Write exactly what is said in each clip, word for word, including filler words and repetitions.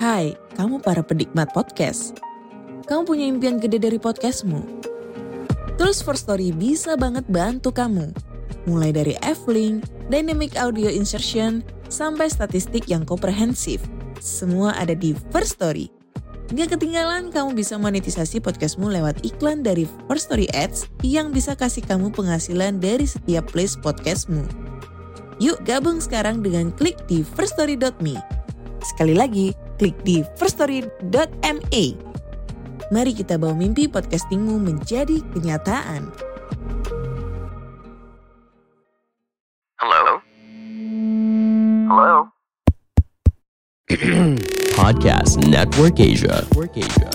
Hai, kamu para penikmat podcast. Kamu punya impian gede dari podcastmu? Terus First Story bisa banget bantu kamu. Mulai dari F-Link, Dynamic Audio Insertion, sampai statistik yang komprehensif. Semua ada di First Story. Gak ketinggalan kamu bisa monetisasi podcastmu lewat iklan dari First Story Ads yang bisa kasih kamu penghasilan dari setiap place podcastmu. Yuk gabung sekarang dengan klik di first story dot me. Sekali lagi, klik di first story dot me. Mari kita bawa mimpi podcastingmu menjadi kenyataan. Hello? Hello? Podcast Network Asia. Network Asia.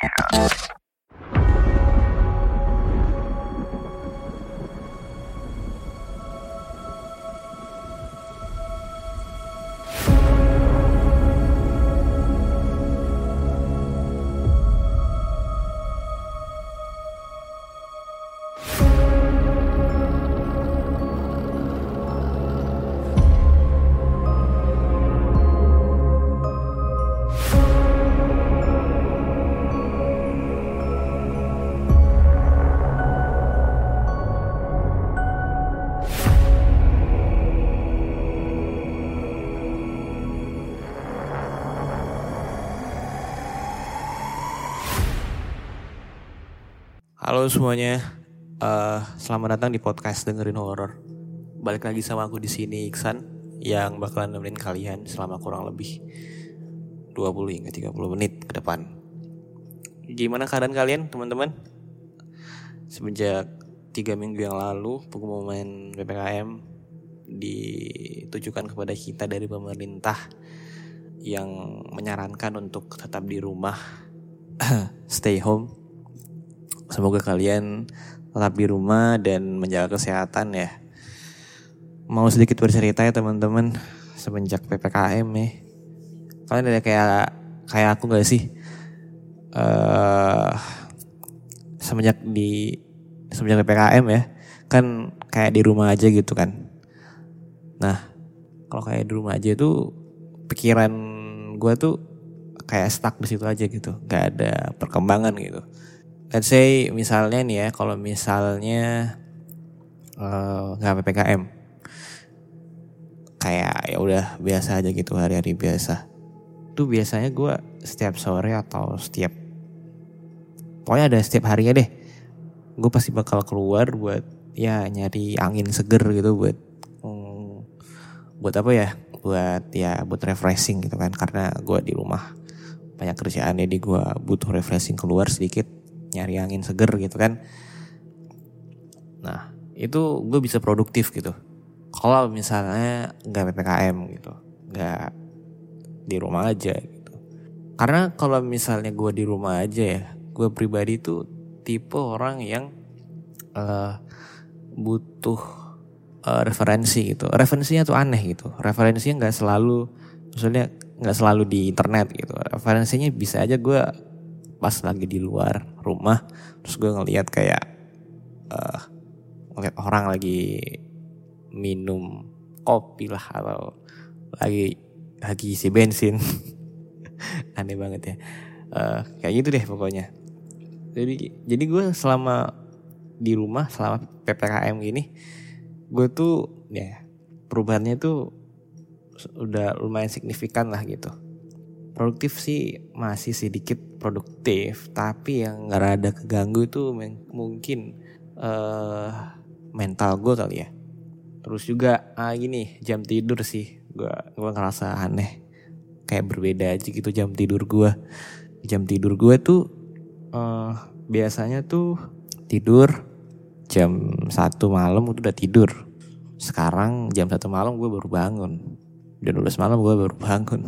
Halo semuanya, uh, selamat datang di podcast dengerin horor. Balik lagi sama aku di sini Iksan yang bakalan nemenin kalian selama kurang lebih dua puluh hingga tiga puluh menit ke depan. Gimana keadaan kalian teman-teman? Semenjak tiga minggu yang lalu pengumuman P P K M ditujukan kepada kita dari pemerintah yang menyarankan untuk tetap di rumah, stay home. Semoga kalian tetap di rumah dan menjaga kesehatan ya. Mau sedikit bercerita ya teman-teman, semenjak P P K M ya. Kalian ada kayak kayak aku gak sih? Uh, semenjak di semenjak P P K M ya, kan kayak di rumah aja gitu kan. Nah, kalau kayak di rumah aja tuh pikiran gue tuh kayak stuck di situ aja gitu, gak ada perkembangan gitu. Let's say misalnya nih ya, kalau misalnya uh, nggak P P K M, kayak ya udah biasa aja gitu, hari-hari biasa. Tuh biasanya gue setiap sore atau setiap, pokoknya ada setiap harinya deh, gue pasti bakal keluar buat ya nyari angin seger gitu, buat um, buat apa ya, buat ya buat refreshing gitu kan, karena gue di rumah banyak kerjaan jadi gue butuh refreshing, keluar sedikit nyari angin seger gitu kan. Nah itu gue bisa produktif gitu kalau misalnya gak P P K M gitu, gak di rumah aja gitu. Karena kalau misalnya gue di rumah aja ya, gue pribadi tuh tipe orang yang uh, butuh uh, referensi gitu. Referensinya tuh aneh gitu, referensinya gak selalu, maksudnya gak selalu di internet gitu. Referensinya bisa aja gue pas lagi di luar rumah, terus gue ngelihat kayak uh, ngeliat orang lagi minum kopi lah, atau lagi lagi isi bensin. Aneh banget ya, uh, kayak gitu deh pokoknya. Jadi jadi gue selama di rumah, selama P P K M gini, gue tuh ya perubahannya tuh udah lumayan signifikan lah gitu. Produktif sih masih sedikit produktif, tapi yang nggak rada keganggu itu men- mungkin uh, mental gue kali ya. Terus juga ah gini, jam tidur sih, gue gue ngerasa aneh, kayak berbeda aja gitu jam tidur gue. Jam tidur gue tuh uh, biasanya tuh tidur jam satu malam udah tidur. Sekarang jam satu malam gue baru bangun, jam dua belas malam gue baru bangun.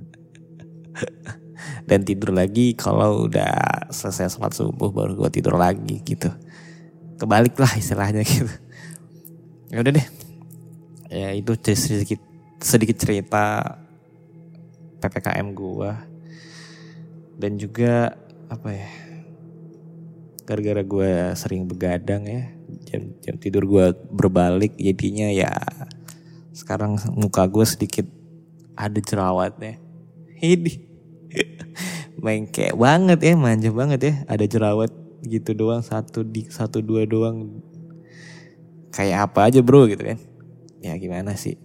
Dan tidur lagi kalau udah selesai sholat subuh, baru gue tidur lagi gitu. Kebalik lah istilahnya gitu. Ya udah deh, ya itu sedikit sedikit cerita P P K M gue. Dan juga apa ya, gara-gara gue sering begadang ya, jam jam tidur gue berbalik, jadinya ya sekarang muka gue sedikit ada jerawatnya. Ini Mengkek banget ya, manja banget ya. Ada jerawat gitu doang, satu di satu dua doang. Kayak apa aja bro gitu kan. Ya gimana sih.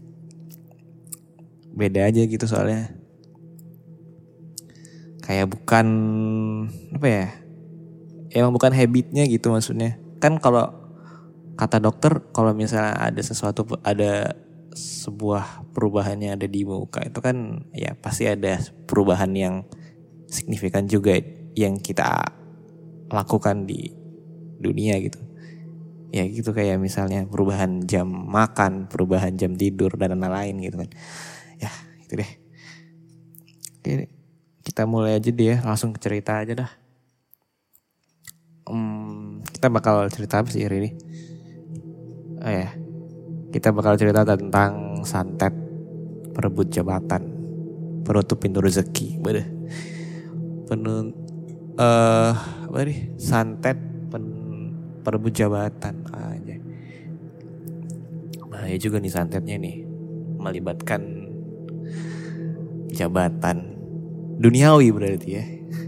Beda aja gitu soalnya. Kayak bukan apa ya. Emang bukan habitnya gitu maksudnya. Kan kalau kata dokter, kalau misalnya ada sesuatu, ada sebuah perubahan yang ada di muka itu kan ya pasti ada perubahan yang signifikan juga yang kita lakukan di dunia gitu. Ya gitu kayak misalnya perubahan jam makan, perubahan jam tidur dan lain-lain gitu kan. Ya itu deh. Oke, kita mulai aja deh ya, langsung cerita aja dah. Hmm, kita bakal cerita apa sih hari ini? Oh ya, kita bakal cerita tentang santet perebut jabatan, penutup pintu rezeki. Bener. Penun, uh, apa nih? Santet pen, perebut jabatan aja. Nah ya juga nih santetnya nih, melibatkan jabatan duniawi berarti ya.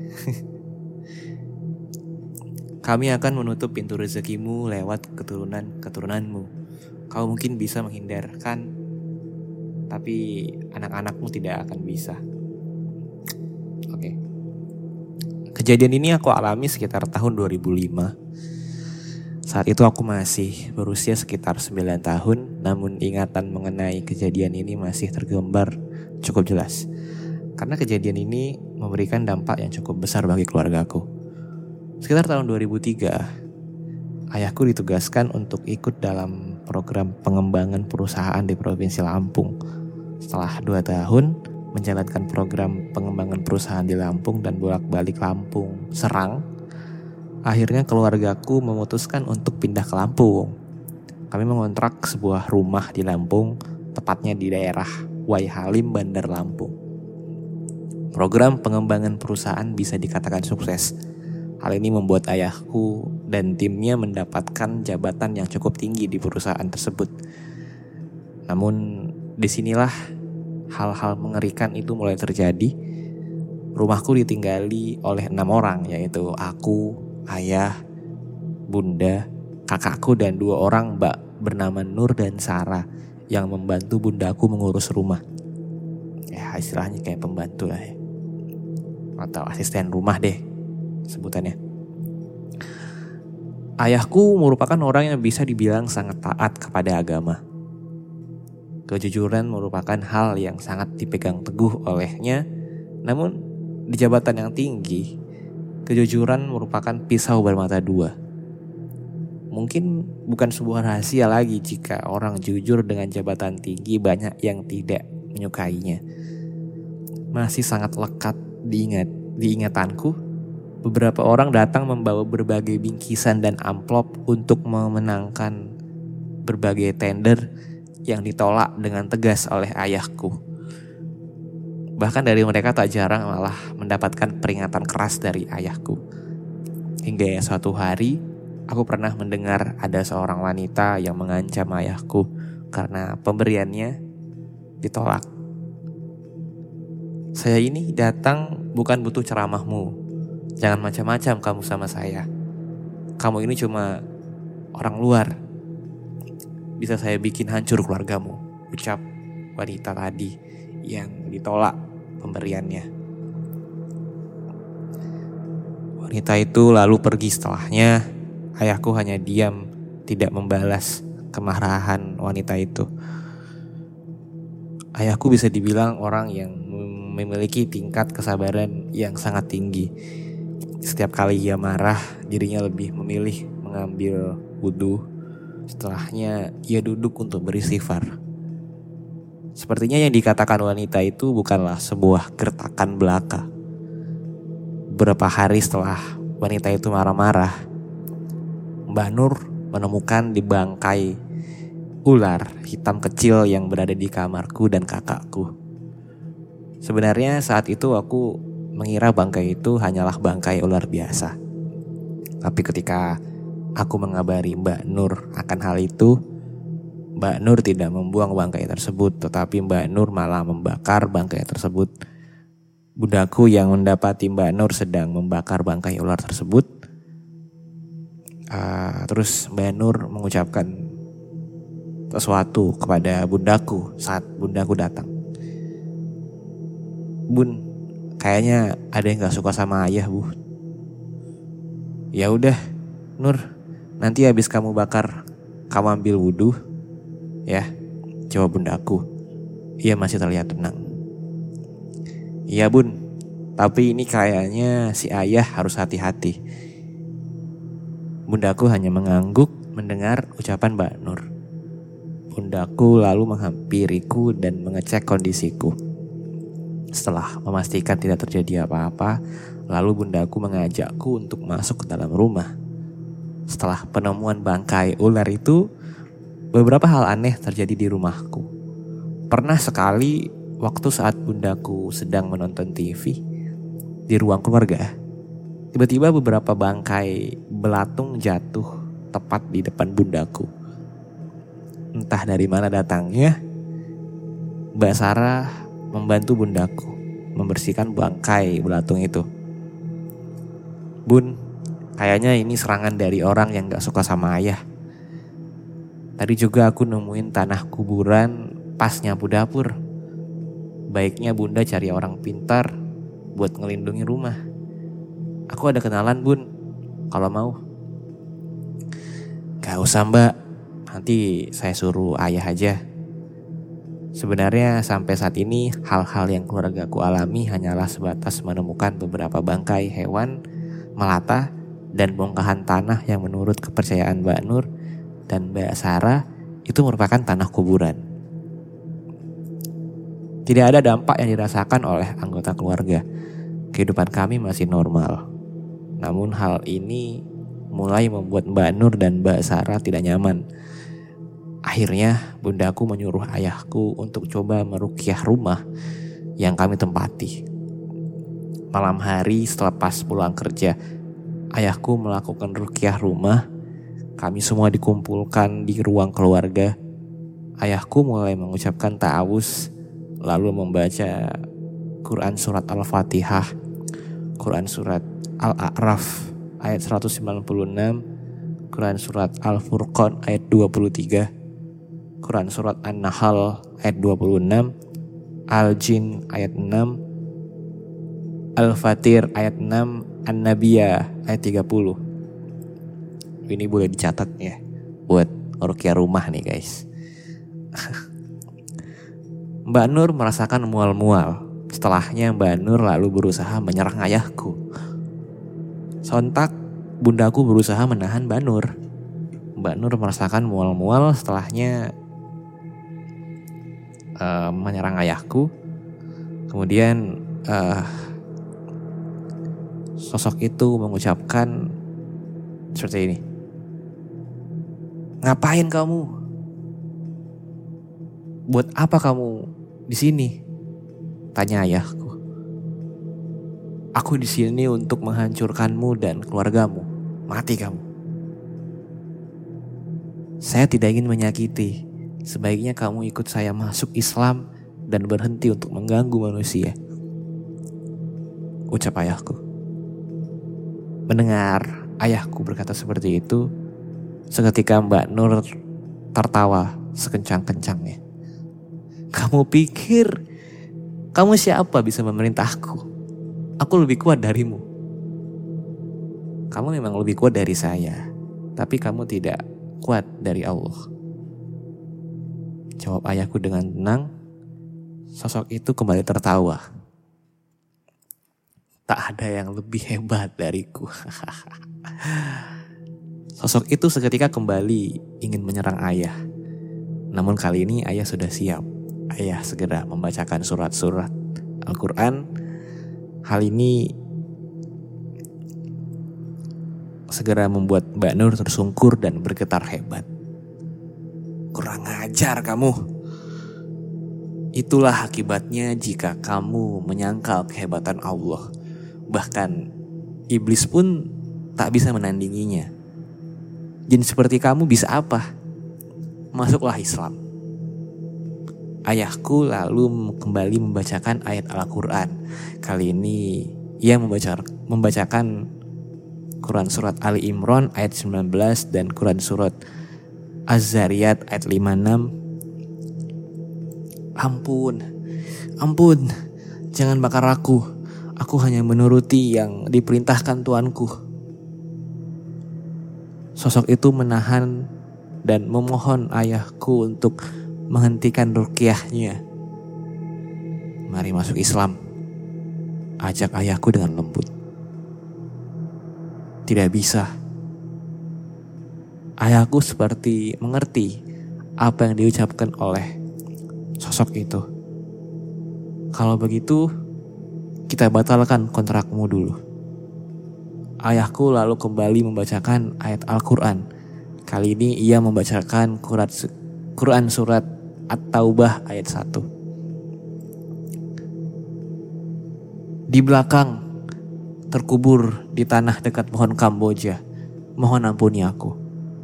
Kami akan menutup pintu rezekimu lewat keturunan-keturunanmu. Kau mungkin bisa menghindarkan, tapi anak-anakmu tidak akan bisa. Oke. Kejadian ini aku alami sekitar tahun dua ribu lima. Saat itu aku masih berusia sekitar sembilan tahun, namun ingatan mengenai kejadian ini masih tergambar cukup jelas. Karena kejadian ini memberikan dampak yang cukup besar bagi keluargaku. Sekitar tahun dua ribu tiga, ayahku ditugaskan untuk ikut dalam program pengembangan perusahaan di Provinsi Lampung. Setelah dua tahun menjalankan program pengembangan perusahaan di Lampung dan bolak-balik Lampung, Serang, akhirnya keluargaku memutuskan untuk pindah ke Lampung. Kami mengontrak sebuah rumah di Lampung, tepatnya di daerah Waihalim, Bandar Lampung. Program pengembangan perusahaan bisa dikatakan sukses. Hal ini membuat ayahku dan timnya mendapatkan jabatan yang cukup tinggi di perusahaan tersebut. Namun disinilah hal-hal mengerikan itu mulai terjadi. Rumahku ditinggali oleh enam orang, yaitu aku, ayah, bunda, kakakku dan dua orang mbak bernama Nur dan Sarah yang membantu bundaku mengurus rumah. Ya istilahnya kayak pembantu lah ya. Atau asisten rumah deh sebutannya. Ayahku merupakan orang yang bisa dibilang sangat taat kepada agama. Kejujuran merupakan hal yang sangat dipegang teguh olehnya. Namun di jabatan yang tinggi, kejujuran merupakan pisau bermata dua. Mungkin bukan sebuah rahasia lagi jika orang jujur dengan jabatan tinggi banyak yang tidak menyukainya. Masih sangat lekat diingat, diingatanku. Beberapa orang datang membawa berbagai bingkisan dan amplop untuk memenangkan berbagai tender yang ditolak dengan tegas oleh ayahku. Bahkan dari mereka tak jarang malah mendapatkan peringatan keras dari ayahku. Hingga suatu hari, aku pernah mendengar ada seorang wanita yang mengancam ayahku karena pemberiannya ditolak. Saya ini datang bukan butuh ceramahmu. Jangan macam-macam kamu sama saya. Kamu ini cuma orang luar. Bisa saya bikin hancur keluargamu, ucap wanita tadi yang ditolak pemberiannya. Wanita itu lalu pergi. Setelahnya ayahku hanya diam, tidak membalas kemarahan wanita itu. Ayahku bisa dibilang orang yang memiliki tingkat kesabaran yang sangat tinggi. Setiap kali ia marah, dirinya lebih memilih mengambil wudhu. Setelahnya ia duduk untuk beristighfar. Sepertinya yang dikatakan wanita itu bukanlah sebuah gertakan belaka. Beberapa hari setelah wanita itu marah-marah, Mbak Nur menemukan di bangkai ular hitam kecil yang berada di kamarku dan kakakku. Sebenarnya saat itu aku mengira bangkai itu hanyalah bangkai ular biasa. Tapi ketika aku mengabari Mbak Nur akan hal itu, Mbak Nur tidak membuang bangkai tersebut, tetapi Mbak Nur malah membakar bangkai tersebut. bundaku yang mendapati Mbak Nur sedang membakar bangkai ular tersebut. Uh, terus Mbak Nur mengucapkan sesuatu kepada bundaku saat bundaku datang. Bun, kayaknya ada yang gak suka sama ayah, Bu. Ya udah, Nur, nanti habis kamu bakar, kamu ambil wudhu, ya. Jawab bundaku. Ia masih terlihat tenang. Iya, Bun, tapi ini kayaknya si ayah harus hati-hati. Bundaku hanya mengangguk mendengar ucapan Mbak Nur. Bundaku lalu menghampiriku dan mengecek kondisiku. Setelah memastikan tidak terjadi apa-apa, lalu bundaku mengajakku untuk masuk ke dalam rumah. Setelah penemuan bangkai ular itu, beberapa hal aneh terjadi di rumahku. Pernah sekali waktu saat bundaku sedang menonton T V di ruang keluarga, tiba-tiba beberapa bangkai belatung jatuh tepat di depan bundaku. Entah dari mana datangnya, Mbak Sarah membantu bundaku membersihkan bangkai belatung itu. Bun, kayaknya ini serangan dari orang yang gak suka sama ayah. Tadi juga aku nemuin tanah kuburan pas nyapu dapur. Baiknya Bunda cari orang pintar buat ngelindungi rumah. Aku ada kenalan, Bun, kalau mau. Gak usah, Mbak, nanti saya suruh ayah aja. Sebenarnya sampai saat ini hal-hal yang keluargaku alami hanyalah sebatas menemukan beberapa bangkai hewan melata dan bongkahan tanah yang menurut kepercayaan Mbak Nur dan Mbak Sarah itu merupakan tanah kuburan. Tidak ada dampak yang dirasakan oleh anggota keluarga. Kehidupan kami masih normal. Namun hal ini mulai membuat Mbak Nur dan Mbak Sarah tidak nyaman. Akhirnya bundaku menyuruh ayahku untuk coba meruqyah rumah yang kami tempati. Malam hari selepas pulang kerja, ayahku melakukan ruqyah rumah. Kami semua dikumpulkan di ruang keluarga. Ayahku mulai mengucapkan ta'awuz, lalu membaca Quran surat Al-Fatihah, Quran surat Al-A'raf ayat seratus sembilan puluh enam, Quran surat Al-Furqan ayat dua puluh tiga, Quran surat An-Nahl ayat dua puluh enam, Al-Jin ayat enam, Al-Fatir ayat enam, An-Nabiyah ayat tiga puluh. Ini boleh dicatat ya buat ruqyah rumah nih guys. Mbak Nur merasakan mual-mual. Setelahnya Mbak Nur lalu berusaha menyerang ayahku. Sontak bundaku berusaha menahan Mbak Nur. Mbak Nur merasakan mual-mual, setelahnya uh, menyerang ayahku. Kemudian uh, sosok itu mengucapkan seperti ini. Ngapain kamu? Buat apa kamu di sini? Tanya ayahku. Aku di sini untuk menghancurkanmu dan keluargamu. Mati kamu. Saya tidak ingin menyakiti. Sebaiknya kamu ikut saya masuk Islam dan berhenti untuk mengganggu manusia. Ucap ayahku. Mendengar ayahku berkata seperti itu, seketika Mbak Nur tertawa sekencang-kencangnya. Kamu pikir kamu siapa bisa memerintahku? Aku lebih kuat darimu. Kamu memang lebih kuat dari saya, tapi kamu tidak kuat dari Allah. Jawab ayahku dengan tenang. Sosok itu kembali tertawa. Tak ada yang lebih hebat dariku. Sosok itu seketika kembali ingin menyerang ayah. Namun kali ini ayah sudah siap. Ayah segera membacakan surat-surat Al-Quran. Hal ini segera membuat Mbak Nur tersungkur dan bergetar hebat. Kurang ajar kamu. Itulah akibatnya jika kamu menyangkal kehebatan Allah. Bahkan iblis pun tak bisa menandinginya. Jin seperti kamu bisa apa? Masuklah Islam. Ayahku lalu kembali membacakan ayat Al-Quran. Kali ini ia membaca, membacakan Quran surat Ali Imran ayat sembilan belas dan Quran surat Az-Zariyat ayat lima puluh enam. Ampun, ampun, jangan bakar aku. Aku hanya menuruti yang diperintahkan Tuanku. Sosok itu menahan dan memohon ayahku untuk menghentikan ruqyahnya. Mari masuk Islam, ajak ayahku dengan lembut. Tidak bisa. Ayahku seperti mengerti apa yang diucapkan oleh sosok itu. Kalau begitu, kita batalkan kontrakmu dulu. Ayahku lalu kembali membacakan ayat Al-Quran. Kali ini ia membacakan Quran surat At-Taubah ayat satu. Di belakang, terkubur di tanah dekat pohon Kamboja, mohon ampuni aku.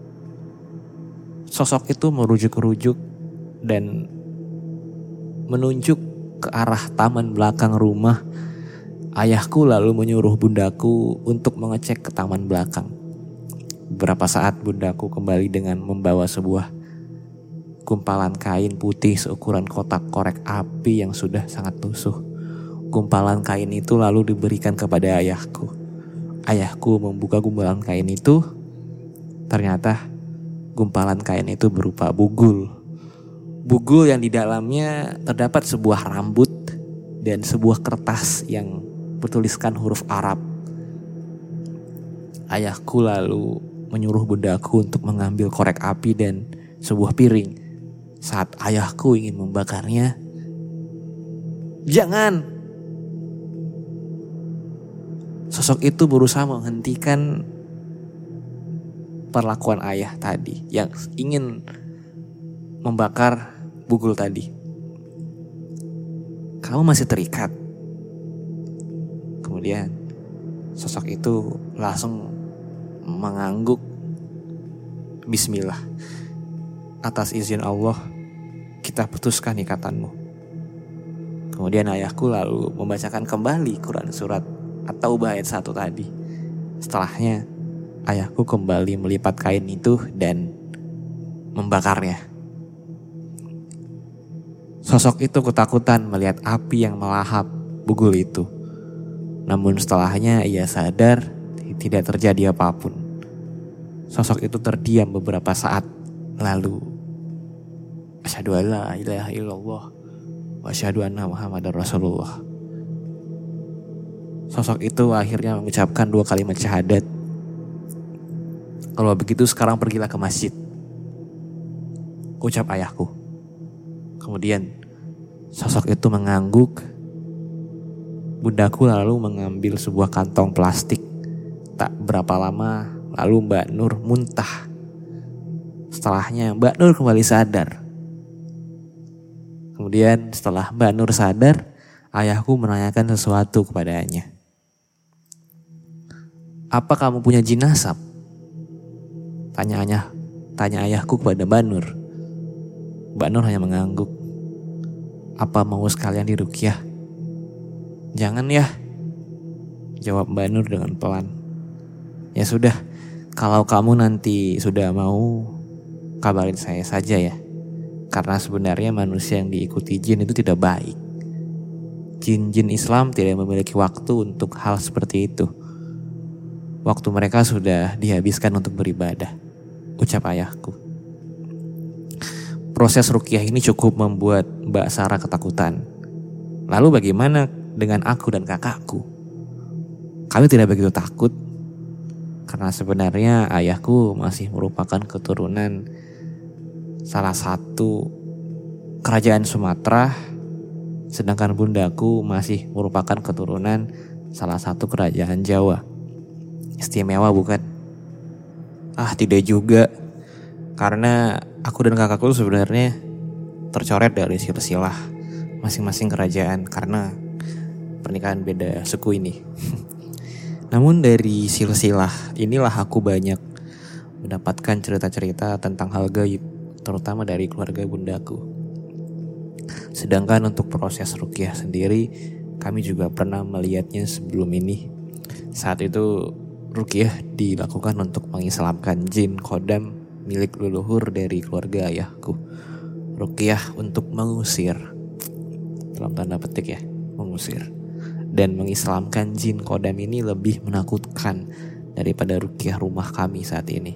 Sosok itu merujuk-rujuk dan menunjuk ke arah taman belakang rumah. Ayahku lalu menyuruh bundaku untuk mengecek ke taman belakang. Beberapa saat bundaku kembali dengan membawa sebuah gumpalan kain putih seukuran kotak korek api yang sudah sangat lusuh. Gumpalan kain itu lalu diberikan kepada ayahku. Ayahku membuka gumpalan kain itu. Ternyata gumpalan kain itu berupa bugul. Bugul yang di dalamnya terdapat sebuah rambut dan sebuah kertas yang bertuliskan huruf Arab. Ayahku lalu menyuruh bundaku untuk mengambil korek api dan sebuah piring. Saat ayahku ingin membakarnya, "Jangan!" Sosok itu berusaha menghentikan perlakuan ayah tadi yang ingin membakar bugul tadi. "Kamu masih terikat." Kemudian sosok itu langsung mengangguk, "Bismillah, atas izin Allah kita putuskan ikatanmu." Kemudian ayahku lalu membacakan kembali Quran surat At-Taubah ayat satu tadi. Setelahnya ayahku kembali melipat kain itu dan membakarnya. Sosok itu ketakutan melihat api yang melahap bugul itu. Namun setelahnya ia sadar tidak terjadi apapun. Sosok itu terdiam beberapa saat, lalu asyhadu alla ilaha illallah wa asyhadu anna Muhammadar Rasulullah. Sosok itu akhirnya mengucapkan dua kalimat syahadat. "Kalau begitu sekarang pergilah ke masjid," ucap ayahku. Kemudian sosok itu mengangguk. Bundaku lalu mengambil sebuah kantong plastik. Tak berapa lama lalu Mbak Nur muntah. Setelahnya Mbak Nur kembali sadar. Kemudian setelah Mbak Nur sadar, ayahku menanyakan sesuatu kepadanya. "Apa kamu punya jin nasab?" Tanya ayah, tanya ayahku kepada Mbak Nur. Mbak Nur hanya mengangguk. "Apa mau sekalian diruqyah?" "Jangan ya," jawab Mbak Nur dengan pelan. "Ya sudah, kalau kamu nanti sudah mau, kabarin saya saja ya. Karena sebenarnya manusia yang diikuti jin itu tidak baik. Jin-jin Islam tidak memiliki waktu untuk hal seperti itu. Waktu mereka sudah dihabiskan untuk beribadah," ucap ayahku. Proses ruqyah ini cukup membuat Mbak Sarah ketakutan. Lalu bagaimana dengan aku dan kakakku? Kami tidak begitu takut, karena sebenarnya ayahku masih merupakan keturunan salah satu kerajaan Sumatera, sedangkan bundaku masih merupakan keturunan salah satu kerajaan Jawa. Istimewa bukan? Ah, tidak juga. Karena aku dan kakakku sebenarnya tercoret dari silsilah masing-masing kerajaan karena pernikahan beda suku ini. Namun dari silsilah inilah aku banyak mendapatkan cerita-cerita tentang hal gaib, terutama dari keluarga bundaku. Sedangkan untuk proses ruqyah sendiri, kami juga pernah melihatnya sebelum ini. Saat itu ruqyah dilakukan untuk mengislamkan jin kodam milik leluhur dari keluarga ayahku. Ruqyah untuk mengusir, dalam tanda petik ya, mengusir. Dan mengislamkan jin kodam ini lebih menakutkan daripada ruqyah rumah kami saat ini.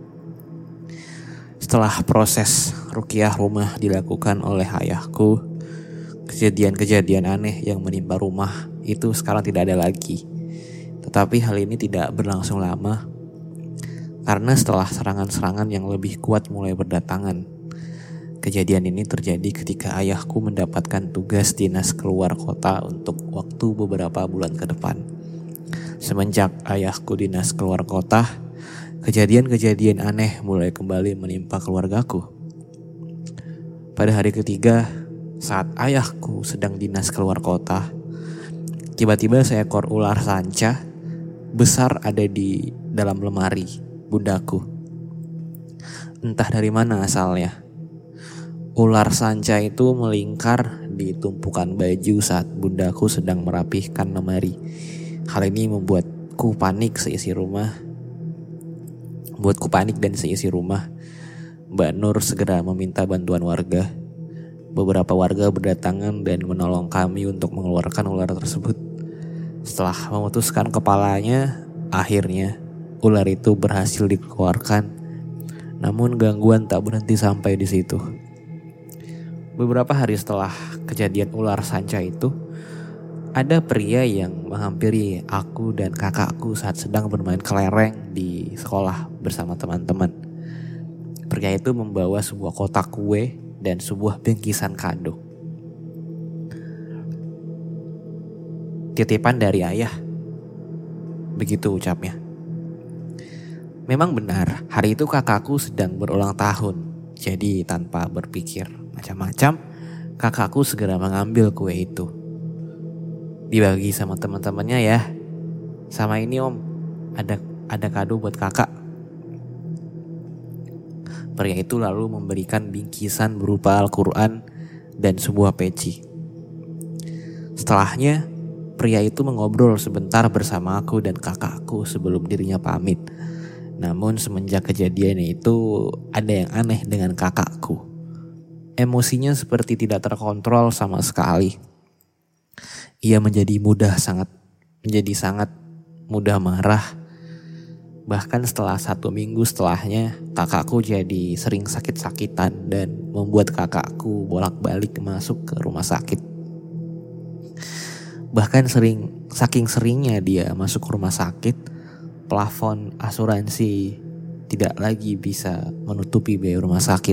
Setelah proses ruqyah rumah dilakukan oleh ayahku, kejadian-kejadian aneh yang menimpa rumah itu sekarang tidak ada lagi. Tetapi hal ini tidak berlangsung lama, karena setelah serangan-serangan yang lebih kuat mulai berdatangan. Kejadian ini terjadi ketika ayahku mendapatkan tugas dinas keluar kota untuk waktu beberapa bulan ke depan. Semenjak ayahku dinas keluar kota, kejadian-kejadian aneh mulai kembali menimpa keluargaku. Pada hari ketiga, saat ayahku sedang dinas keluar kota, tiba-tiba seekor ular sanca besar ada di dalam lemari bundaku. Entah dari mana asalnya. Ular sanca itu melingkar di tumpukan baju saat bundaku sedang merapihkan lemari. Hal ini membuatku panik seisi rumah. Membuatku panik dan seisi rumah. Mbak Nur segera meminta bantuan warga. Beberapa warga berdatangan dan menolong kami untuk mengeluarkan ular tersebut. Setelah memutuskan kepalanya, akhirnya ular itu berhasil dikeluarkan. Namun gangguan tak berhenti sampai di situ. Beberapa hari setelah kejadian ular sanca itu, ada pria yang menghampiri aku dan kakakku saat sedang bermain kelereng di sekolah bersama teman-teman. Pria itu membawa sebuah kotak kue dan sebuah bingkisan kado. Titipan dari ayah, begitu ucapnya. Memang benar, hari itu kakakku sedang berulang tahun. Jadi tanpa berpikir macam-macam, kakakku segera mengambil kue itu. Dibagi sama teman-temannya ya. Sama ini om, ada ada kado buat kakak. Pria itu lalu memberikan bingkisan berupa Al-Quran dan sebuah peci. Setelahnya, pria itu mengobrol sebentar bersama aku dan kakakku sebelum dirinya pamit. Namun semenjak kejadian itu ada yang aneh dengan kakakku. Emosinya seperti tidak terkontrol sama sekali. Ia menjadi mudah sangat menjadi sangat mudah marah. Bahkan setelah satu minggu setelahnya, kakakku jadi sering sakit-sakitan dan membuat kakakku bolak-balik masuk ke rumah sakit. Bahkan sering saking seringnya dia masuk ke rumah sakit, plafon asuransi tidak lagi bisa menutupi biaya rumah sakit.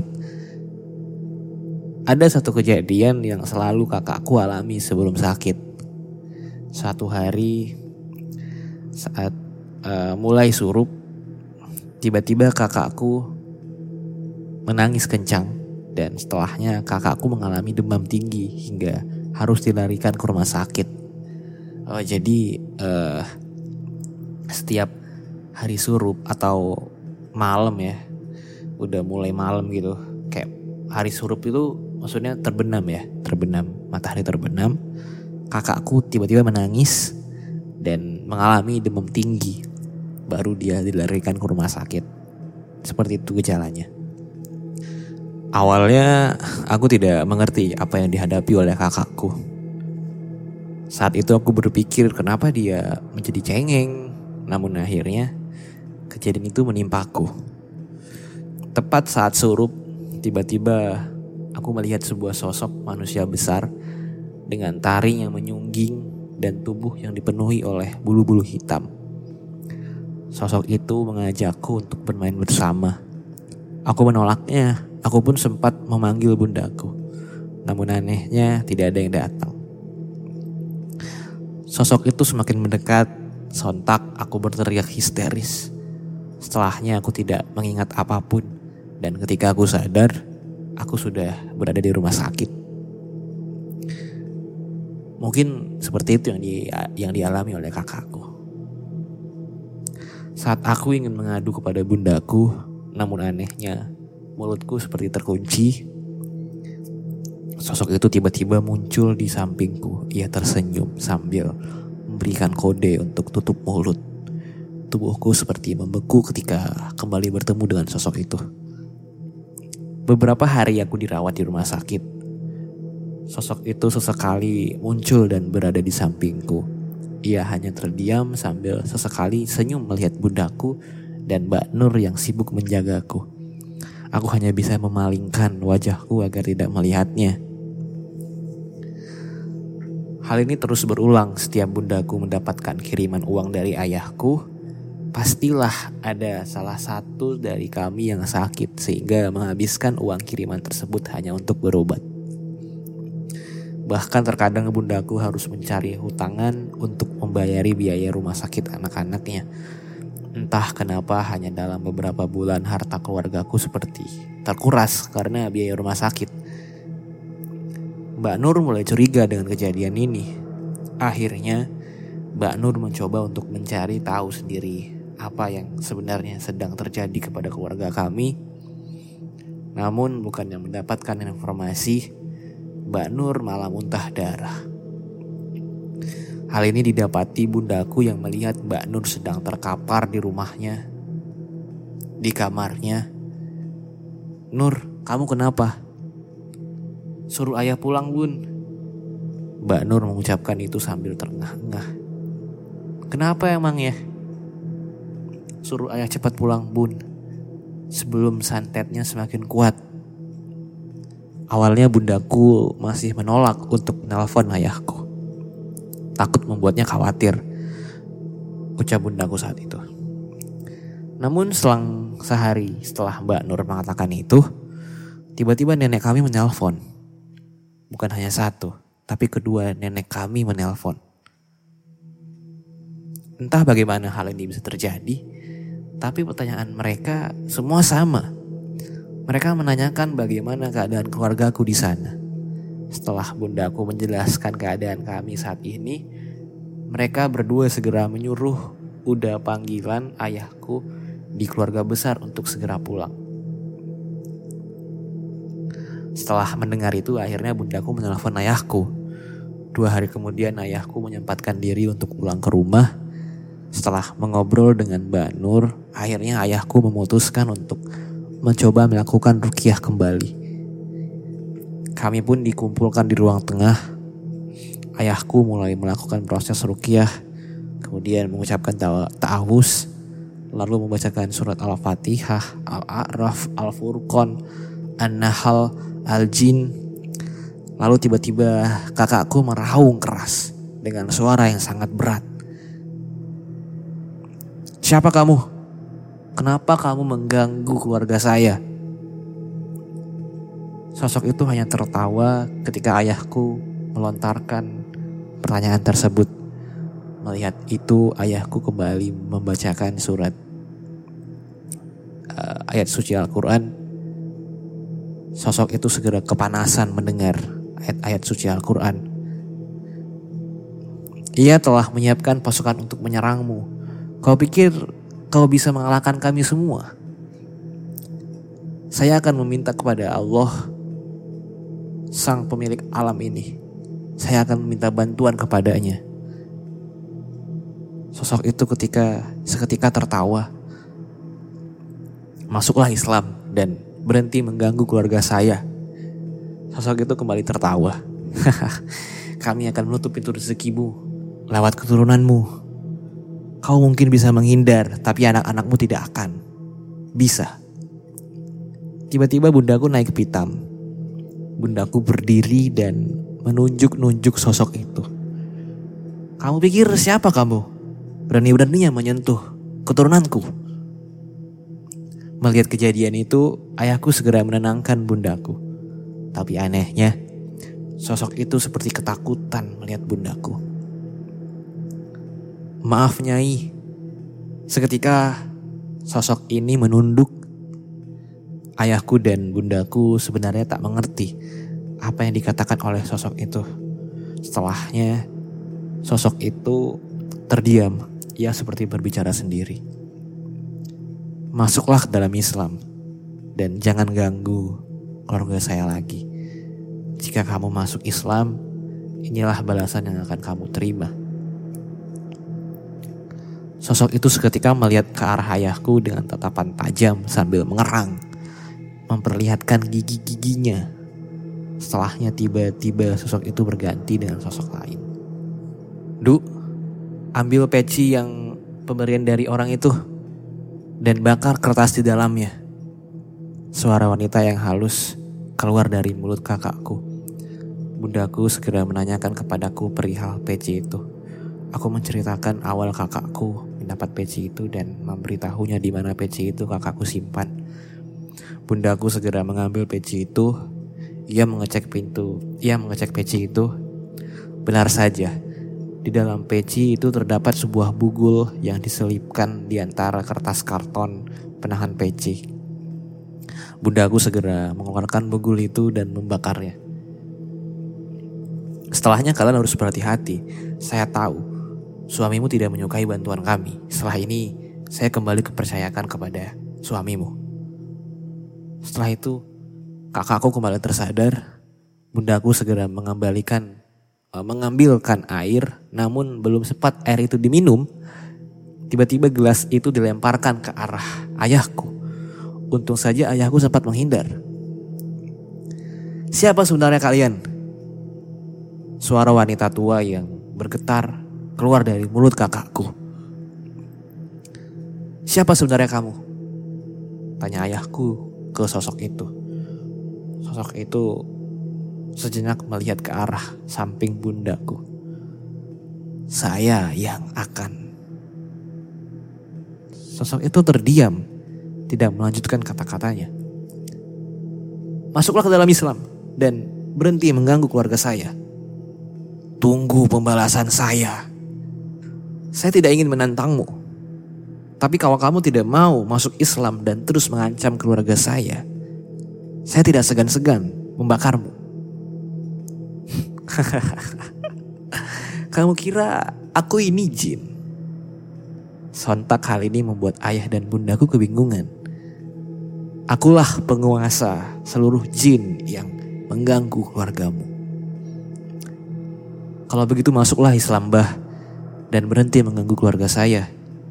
Ada satu kejadian yang selalu kakakku alami sebelum sakit. Suatu hari saat uh, mulai surup, tiba-tiba kakakku menangis kencang dan setelahnya kakakku mengalami demam tinggi hingga harus dilarikan ke rumah sakit. Oh, jadi uh, setiap hari surup atau malam ya, udah mulai malam gitu, kayak hari surup itu maksudnya terbenam ya, terbenam, matahari terbenam, kakakku tiba-tiba menangis dan mengalami demam tinggi, baru dia dilarikan ke rumah sakit. Seperti itu gejalanya. Awalnya aku tidak mengerti apa yang dihadapi oleh kakakku. Saat itu aku berpikir kenapa dia menjadi cengeng. Namun akhirnya kejadian itu menimpaku. Tepat saat surup, tiba-tiba aku melihat sebuah sosok manusia besar dengan taring yang menyungging dan tubuh yang dipenuhi oleh bulu-bulu hitam. Sosok itu mengajakku untuk bermain bersama. Aku menolaknya. Aku pun sempat memanggil bundaku. Namun anehnya tidak ada yang datang. Sosok itu semakin mendekat. Sontak aku berteriak histeris. Setelahnya aku tidak mengingat apapun. Dan ketika aku sadar, aku sudah berada di rumah sakit. Mungkin seperti itu yang di, yang dialami oleh kakakku. Saat aku ingin mengadu kepada bundaku, namun anehnya mulutku seperti terkunci. Sosok itu tiba-tiba muncul di sampingku. Ia tersenyum sambil memberikan kode untuk tutup mulut. Tubuhku seperti membeku ketika kembali bertemu dengan sosok itu. Beberapa hari aku dirawat di rumah sakit. Sosok itu sesekali muncul dan berada di sampingku. Ia hanya terdiam sambil sesekali senyum melihat bundaku dan Mbak Nur yang sibuk menjagaku. Aku hanya bisa memalingkan wajahku agar tidak melihatnya. Hal ini terus berulang setiap bundaku mendapatkan kiriman uang dari ayahku. Pastilah ada salah satu dari kami yang sakit sehingga menghabiskan uang kiriman tersebut hanya untuk berobat. Bahkan terkadang bundaku harus mencari hutangan untuk membayari biaya rumah sakit anak-anaknya. Entah kenapa hanya dalam beberapa bulan harta keluargaku seperti terkuras karena biaya rumah sakit. Mbak Nur mulai curiga dengan kejadian ini. Akhirnya Mbak Nur mencoba untuk mencari tahu sendiri apa yang sebenarnya sedang terjadi kepada keluarga kami. Namun bukannya mendapatkan informasi, Mbak Nur malah muntah darah. Hal ini didapati bundaku yang melihat Mbak Nur sedang terkapar di rumahnya, di kamarnya. "Nur, kamu kenapa?" "Suruh ayah pulang, Bun." Mbak Nur mengucapkan itu sambil terengah-engah. "Kenapa emang ya?" "Suruh ayah cepat pulang, Bun, sebelum santetnya semakin kuat." Awalnya bundaku masih menolak untuk menelpon ayahku. Takut membuatnya khawatir, ucap bundaku saat itu. Namun selang sehari setelah Mbak Nur mengatakan itu, tiba-tiba nenek kami menelpon. Bukan hanya satu, tapi kedua nenek kami menelpon. Entah bagaimana hal ini bisa terjadi, tapi pertanyaan mereka semua sama. Mereka menanyakan bagaimana keadaan keluargaku di sana. Setelah bundaku menjelaskan keadaan kami saat ini, mereka berdua segera menyuruh udah panggilan ayahku di keluarga besar untuk segera pulang. Setelah mendengar itu, akhirnya bundaku menelpon ayahku. Dua hari kemudian ayahku menyempatkan diri untuk pulang ke rumah. Setelah mengobrol dengan Mbak Nur, akhirnya ayahku memutuskan untuk mencoba melakukan ruqyah kembali. Kami pun dikumpulkan di ruang tengah. Ayahku mulai melakukan proses ruqyah, kemudian mengucapkan ta'awuz, lalu membacakan surat Al-Fatihah, Al-A'raf, Al-Furqan, An-Nahl, Al-Jin. Lalu tiba-tiba kakakku meraung keras dengan suara yang sangat berat. "Siapa kamu? Kenapa kamu mengganggu keluarga saya?" Sosok itu hanya tertawa ketika ayahku melontarkan pertanyaan tersebut. Melihat itu, ayahku kembali membacakan surat uh, ayat suci Al-Quran. Sosok itu segera kepanasan mendengar ayat-ayat suci Al-Quran. "Ia telah menyiapkan pasukan untuk menyerangmu. Kau pikir kau bisa mengalahkan kami semua? Saya akan meminta kepada Allah, Sang pemilik alam ini. Saya akan meminta bantuan kepadanya." Sosok itu ketika seketika tertawa. "Masuklah Islam dan berhenti mengganggu keluarga saya." Sosok itu kembali tertawa. "Kami akan menutup pintu rezekimu lewat keturunanmu. Kau mungkin bisa menghindar, tapi anak-anakmu tidak akan bisa." Tiba-tiba bundaku naik pitam. Bundaku berdiri dan menunjuk-nunjuk sosok itu. "Kamu pikir siapa kamu? Berani-beraninya menyentuh keturunanku?" Melihat kejadian itu, ayahku segera menenangkan bundaku. Tapi anehnya, sosok itu seperti ketakutan melihat bundaku. "Maaf Nyai." Seketika sosok ini menunduk. Ayahku dan bundaku sebenarnya tak mengerti apa yang dikatakan oleh sosok itu. Setelahnya, sosok itu terdiam. Ia seperti berbicara sendiri. "Masuklah ke dalam Islam dan jangan ganggu keluarga saya lagi. Jika kamu masuk Islam, inilah balasan yang akan kamu terima. Sosok itu seketika melihat ke arah ayahku dengan tatapan tajam sambil mengerang, memperlihatkan gigi-giginya. Setelahnya tiba-tiba sosok itu berganti dengan sosok lain. Du, ambil peci yang pemberian dari orang itu dan bakar kertas di dalamnya. Suara wanita yang halus keluar dari mulut kakakku. Bundaku segera menanyakan kepadaku perihal peci itu. Aku menceritakan awal kakakku mendapat peci itu dan memberitahunya di mana peci itu kakakku simpan. Bundaku segera mengambil peci itu. Ia mengecek pintu. Ia mengecek peci itu. Benar saja, di dalam peci itu terdapat sebuah bugul yang diselipkan di antara kertas karton penahan peci. Bundaku segera mengeluarkan bugul itu dan membakarnya. Setelahnya kalian harus berhati-hati. Saya tahu suamimu tidak menyukai bantuan kami. Setelah ini saya kembali kepercayakan kepada suamimu. Setelah itu kakakku kembali tersadar. Bundaku segera mengembalikan, mengambilkan air, namun belum sempat air itu diminum, tiba-tiba gelas itu dilemparkan ke arah ayahku. Untung saja ayahku sempat menghindar. Siapa sebenarnya kalian? Suara wanita tua yang bergetar keluar dari mulut kakakku. Siapa sebenarnya kamu? Tanya ayahku ke sosok itu. Sosok itu sejenak melihat ke arah samping bundaku. Saya yang akan. Sosok itu terdiam, tidak melanjutkan kata-katanya. Masuklah ke dalam Islam dan berhenti mengganggu keluarga saya. Tunggu pembalasan saya. Saya tidak ingin menantangmu. Tapi kalau kamu tidak mau masuk Islam dan terus mengancam keluarga saya, saya tidak segan-segan membakarmu. Kamu kira aku ini jin? Sontak hal ini membuat ayah dan bundaku kebingungan. Akulah penguasa seluruh jin yang mengganggu keluargamu. Kalau begitu masuklah Islam bah dan berhenti mengganggu keluarga saya.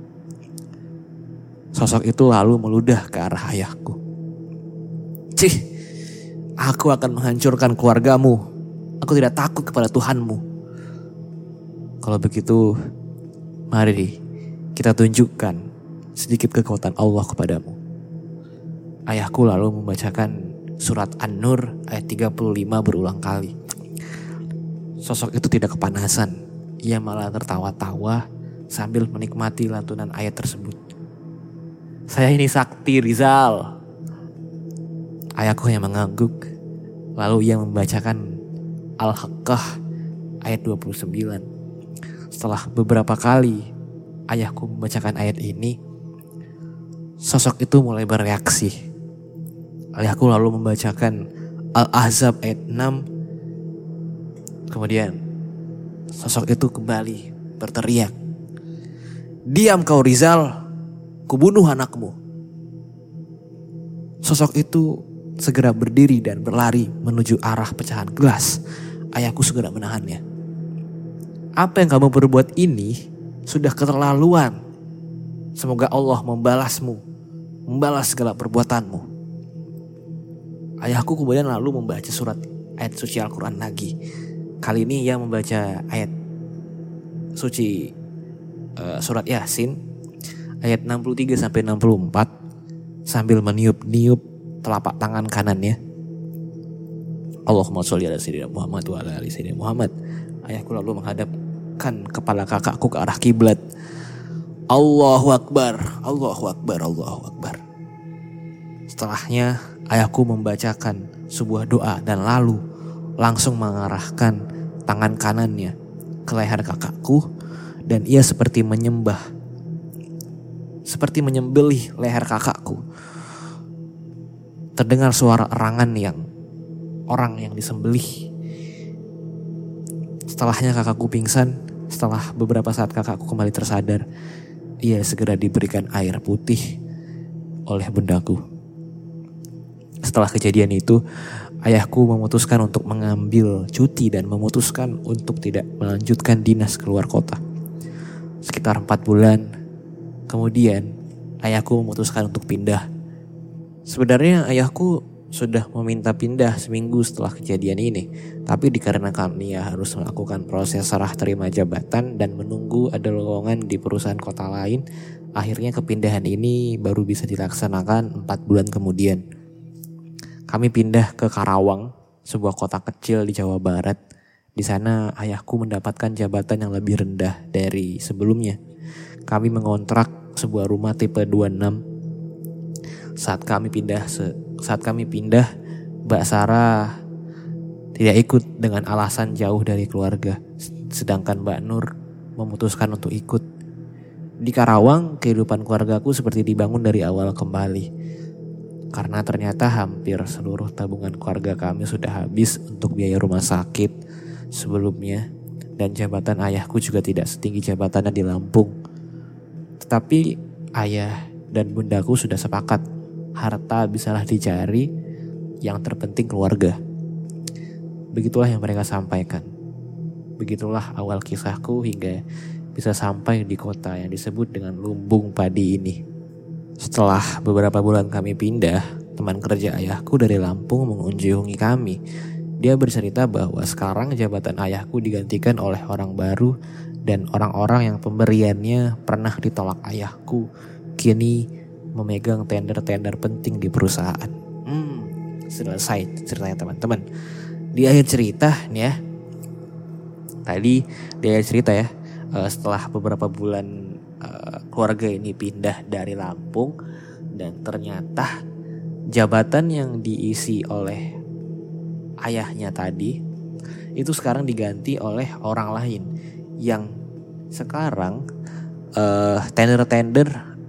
Sosok itu lalu meludah ke arah ayahku. Cih, aku akan menghancurkan keluargamu. Aku tidak takut kepada Tuhanmu. Kalau begitu, mari kita tunjukkan sedikit kekuatan Allah kepadamu. Ayahku lalu membacakan surat An-Nur ayat tiga puluh lima berulang kali. Sosok itu tidak kepanasan. Ia malah tertawa-tawa sambil menikmati lantunan ayat tersebut. Saya ini sakti Rizal. Ayahku yang mengangguk. Lalu ia membacakan Al-Haqqah ayat dua puluh sembilan. Setelah beberapa kali ayahku membacakan ayat ini, sosok itu mulai bereaksi. Ayahku lalu membacakan Al-Ahzab ayat enam. Kemudian sosok itu kembali berteriak, "Diam kau Rizal, kubunuh anakmu." Sosok itu segera berdiri dan berlari menuju arah pecahan gelas. Ayahku segera menahannya. Apa yang kamu perbuat ini sudah keterlaluan. Semoga Allah membalasmu, membalas segala perbuatanmu. Ayahku kemudian lalu membaca surat ayat suci Al-Quran lagi. Kali ini ia membaca ayat suci uh, surat Yasin ayat enam puluh tiga sampai enam puluh empat sambil meniup-niup telapak tangan kanannya. Allahumma sholli ala sayyidina Muhammad wa ala ali sayyidina Muhammad. Ayahku lalu menghadapkan kepala kakakku ke arah kiblat. Allahu Akbar, Allahu Akbar, Allahu Akbar. Setelahnya ayahku membacakan sebuah doa dan lalu langsung mengarahkan tangan kanannya ke leher kakakku dan ia seperti menyembah, seperti menyembelih leher kakakku. Terdengar suara erangan yang orang yang disembelih. Setelahnya kakakku pingsan. Setelah beberapa saat kakakku kembali tersadar, ia segera diberikan air putih oleh bundaku. Setelah kejadian itu, ayahku memutuskan untuk mengambil cuti dan memutuskan untuk tidak melanjutkan dinas keluar kota. Sekitar empat bulan kemudian ayahku memutuskan untuk pindah. Sebenarnya ayahku sudah meminta pindah seminggu setelah kejadian ini, tapi dikarenakan ia harus melakukan proses serah terima jabatan dan menunggu ada lowongan di perusahaan kota lain, akhirnya kepindahan ini baru bisa dilaksanakan empat bulan kemudian. Kami pindah ke Karawang, sebuah kota kecil di Jawa Barat. Di sana ayahku mendapatkan jabatan yang lebih rendah dari sebelumnya. Kami mengontrak sebuah rumah tipe dua puluh enam. Saat kami pindah saat kami pindah, Mbak Sarah tidak ikut dengan alasan jauh dari keluarga, sedangkan Mbak Nur memutuskan untuk ikut. Di Karawang, kehidupan keluargaku seperti dibangun dari awal kembali. Karena ternyata hampir seluruh tabungan keluarga kami sudah habis untuk biaya rumah sakit sebelumnya, dan jabatan ayahku juga tidak setinggi jabatannya di Lampung. Tetapi ayah dan bundaku sudah sepakat, harta bisalah dicari, yang terpenting keluarga. Begitulah yang mereka sampaikan. Begitulah awal kisahku hingga bisa sampai di kota yang disebut dengan Lumbung Padi ini. Setelah beberapa bulan kami pindah, teman kerja ayahku dari Lampung mengunjungi kami. Dia bercerita bahwa sekarang jabatan ayahku digantikan oleh orang baru, dan orang-orang yang pemberiannya pernah ditolak ayahku kini memegang tender-tender penting di perusahaan. Hmm, selesai ceritanya teman-teman. Di akhir cerita nih ya, tadi di akhir cerita ya, setelah beberapa bulan keluarga ini pindah dari Lampung, dan ternyata jabatan yang diisi oleh ayahnya tadi itu sekarang diganti oleh orang lain yang sekarang uh, tender-tender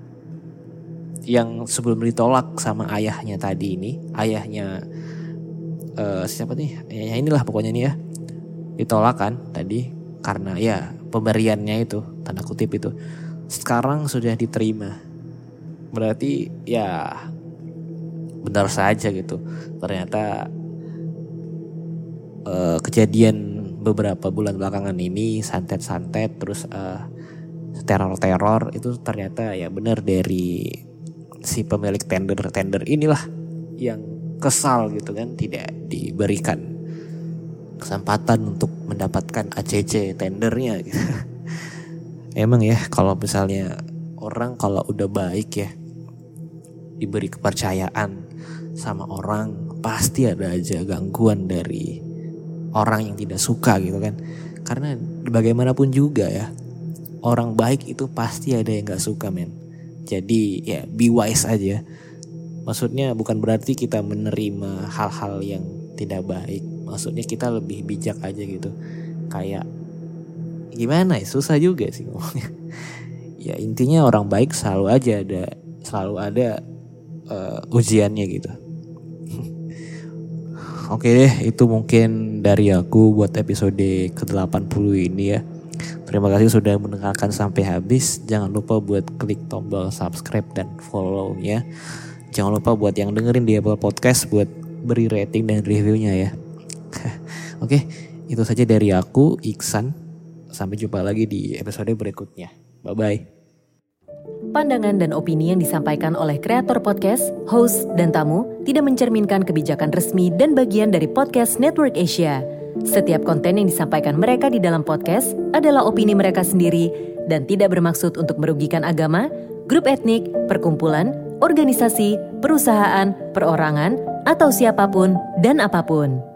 yang sebelum ditolak sama ayahnya tadi ini, ayahnya uh, siapa nih? Ayahnya inilah pokoknya nih ya, ditolak kan tadi karena ya pemberiannya itu, tanda kutip itu, sekarang sudah diterima. Berarti ya benar saja gitu. Ternyata uh, kejadian beberapa bulan belakangan ini santet-santet terus uh, teror-teror itu ternyata ya benar dari si pemilik tender-tender inilah yang kesal gitu kan, tidak diberikan kesempatan untuk mendapatkan A C C tendernya gitu. Emang ya kalau misalnya orang kalau udah baik ya, diberi kepercayaan sama orang, pasti ada aja gangguan dari orang yang tidak suka gitu kan. Karena bagaimanapun juga ya, orang baik itu pasti ada yang gak suka men. Jadi ya be wise aja. Maksudnya bukan berarti kita menerima hal-hal yang tidak baik. Maksudnya kita lebih bijak aja gitu. Kayak gimana ya, susah juga sih ngomongnya. Ya intinya orang baik selalu aja ada, selalu ada uh, ujiannya gitu. Oke deh, itu mungkin dari aku buat episode ke delapan puluh ini ya. Terima kasih sudah mendengarkan sampai habis. Jangan lupa buat klik tombol subscribe dan follow-nya. Jangan lupa buat yang dengerin di Apple Podcast buat beri rating dan reviewnya ya. Oke, itu saja dari aku, Iksan. Sampai jumpa lagi di episode berikutnya. Bye-bye. Pandangan dan opini yang disampaikan oleh kreator podcast, host, dan tamu tidak mencerminkan kebijakan resmi dan bagian dari Podcast Network Asia. Setiap konten yang disampaikan mereka di dalam podcast adalah opini mereka sendiri dan tidak bermaksud untuk merugikan agama, grup etnik, perkumpulan, organisasi, perusahaan, perorangan, atau siapapun dan apapun.